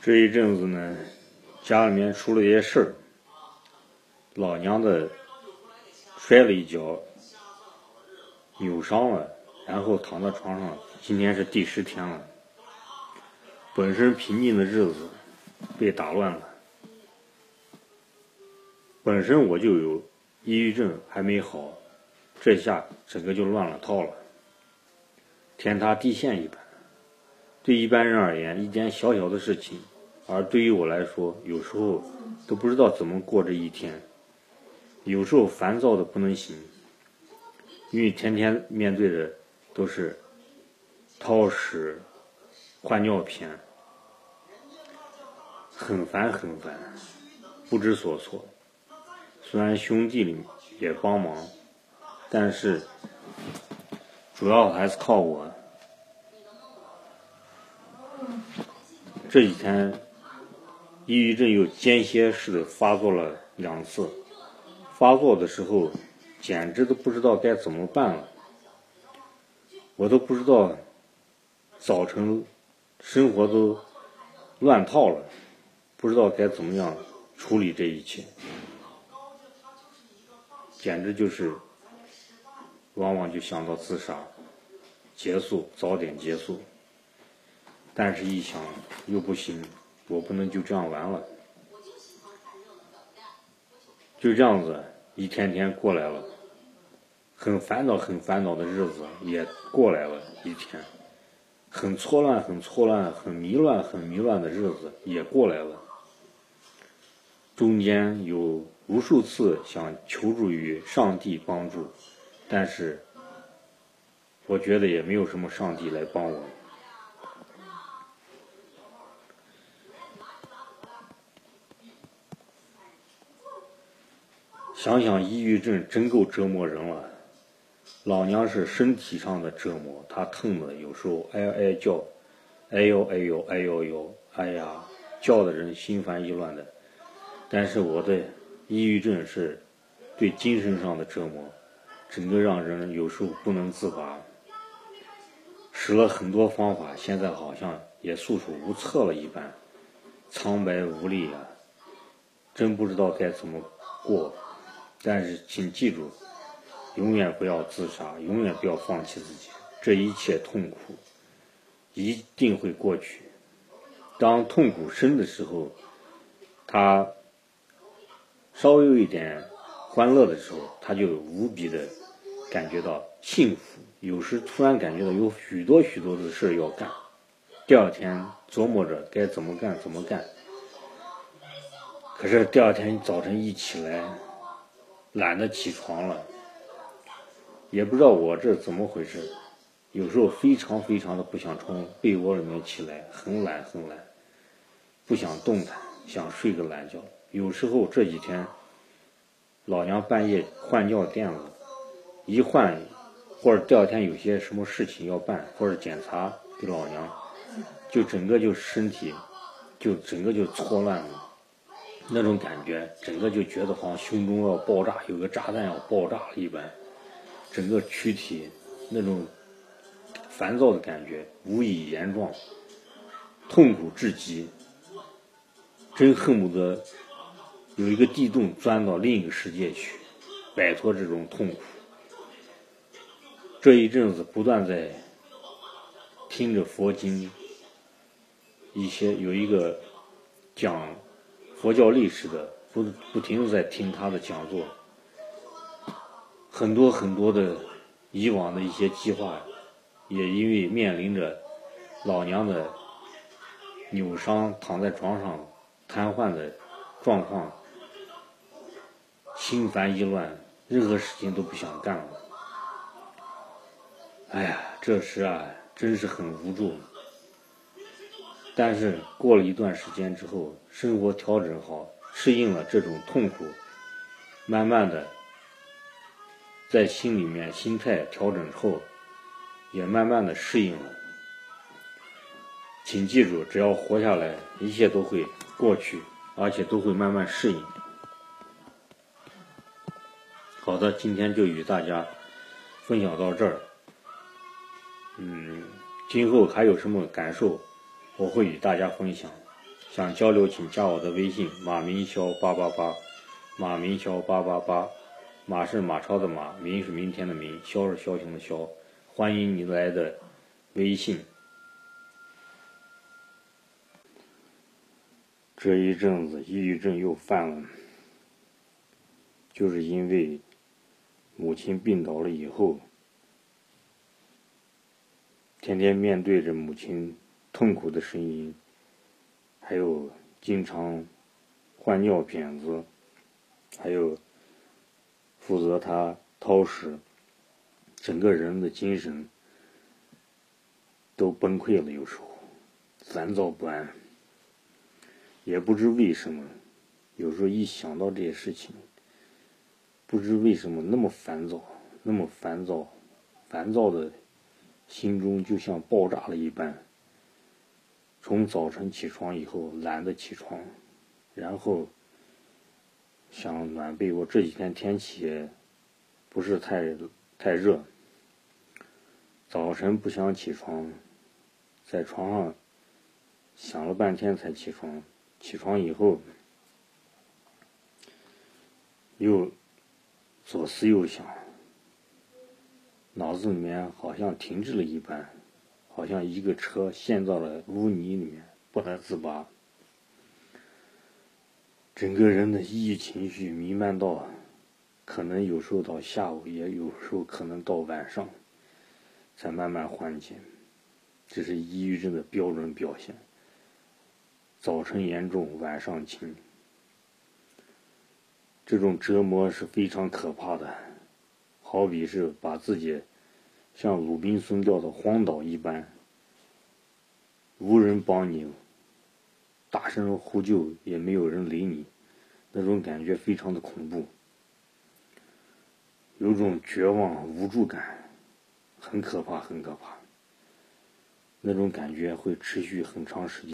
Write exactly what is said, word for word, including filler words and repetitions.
这一阵子呢，家里面出了一些事儿，老娘的摔了一跤，扭伤了，然后躺在床上，今天是第十天了。本身平静的日子被打乱了。本身我就有抑郁症还没好，这下整个就乱了套了，天塌地陷一般。对一般人而言，一件小小的事情，而对于我来说，有时候都不知道怎么过这一天，有时候烦躁的不能行，因为天天面对的都是掏屎、换尿片，很烦很烦，不知所措。虽然兄弟里也帮忙，但是主要还是靠我。这几天抑郁症又间歇式的发作了两次，发作的时候简直都不知道该怎么办了，我都不知道，早晨生活都乱套了，不知道该怎么样处理这一切，简直就是往往就想到自杀，结束，早点结束。但是一想又不行，我不能就这样完了，就这样子一天天过来了，很烦恼很烦恼的日子也过来了一天，很错乱很错乱很迷乱很迷乱的日子也过来了，中间有无数次想求助于上帝帮助，但是我觉得也没有什么上帝来帮我。想想抑郁症真够折磨人了，老娘是身体上的折磨，她疼的有时候哎哎叫，哎呦哎呦哎呦呦，哎呀，叫的人心烦意乱的。但是我的抑郁症是对精神上的折磨，整个让人有时候不能自拔，使了很多方法，现在好像也束手无策了一般，苍白无力啊，真不知道该怎么过。但是请记住，永远不要自杀，永远不要放弃自己，这一切痛苦一定会过去。当痛苦深的时候，他稍微有一点欢乐的时候，他就无比的感觉到幸福，有时突然感觉到有许多许多的事要干，第二天琢磨着该怎么干怎么干，可是第二天早晨一起来懒得起床了，也不知道我这怎么回事，有时候非常非常的不想从被窝里面起来，很懒很懒，不想动弹，想睡个懒觉。有时候这几天老娘半夜换尿垫子，一换或者第二天有些什么事情要办或者检查给老娘，就整个就身体就整个就错乱了，那种感觉整个就觉得好像胸中要爆炸，有个炸弹要爆炸了一般，整个躯体那种烦躁的感觉无以言状，痛苦至极，真恨不得有一个地洞钻到另一个世界去，摆脱这种痛苦。这一阵子不断在听着佛经，一些有一个讲佛教历史的，不不停的在听他的讲座，很多很多的以往的一些计划，也因为面临着老娘的扭伤，躺在床上瘫痪的状况，心烦意乱，任何事情都不想干了。哎呀，这时啊，真是很无助。但是过了一段时间之后，生活调整好，适应了这种痛苦，慢慢的在心里面心态调整后，也慢慢的适应了。请记住，只要活下来，一切都会过去，而且都会慢慢适应。好的，今天就与大家分享到这儿。嗯，今后还有什么感受，我会与大家分享。 想交流请加我的微信马明霄八八八，马明霄八八八，马是马超的马，明是明天的明，霄是枭雄的枭，欢迎你来的微信。这一阵子抑郁症又犯了，就是因为母亲病倒了以后，天天面对着母亲痛苦的声音，还有经常换尿片子，还有负责她掏屎，整个人的精神都崩溃了，有时候烦躁不安，也不知为什么，有时候一想到这些事情，不知为什么那么烦躁，那么烦躁，烦躁的心中就像爆炸了一般。从早晨起床以后懒得起床，然后想暖被窝，这几天天气不是太太热，早晨不想起床，在床上想了半天才起床，起床以后又左思右想，脑子里面好像停滞了一般，好像一个车陷到了污泥里面不能自拔，整个人的抑郁情绪弥漫到，可能有时候到下午，也有时候可能到晚上才慢慢缓解。这是抑郁症的标准表现，早晨严重，晚上轻。这种折磨是非常可怕的，好比是把自己像鲁滨孙掉到荒岛一般，无人帮你，大声呼救也没有人理你，那种感觉非常的恐怖，有种绝望无助感，很可怕很可怕，那种感觉会持续很长时间。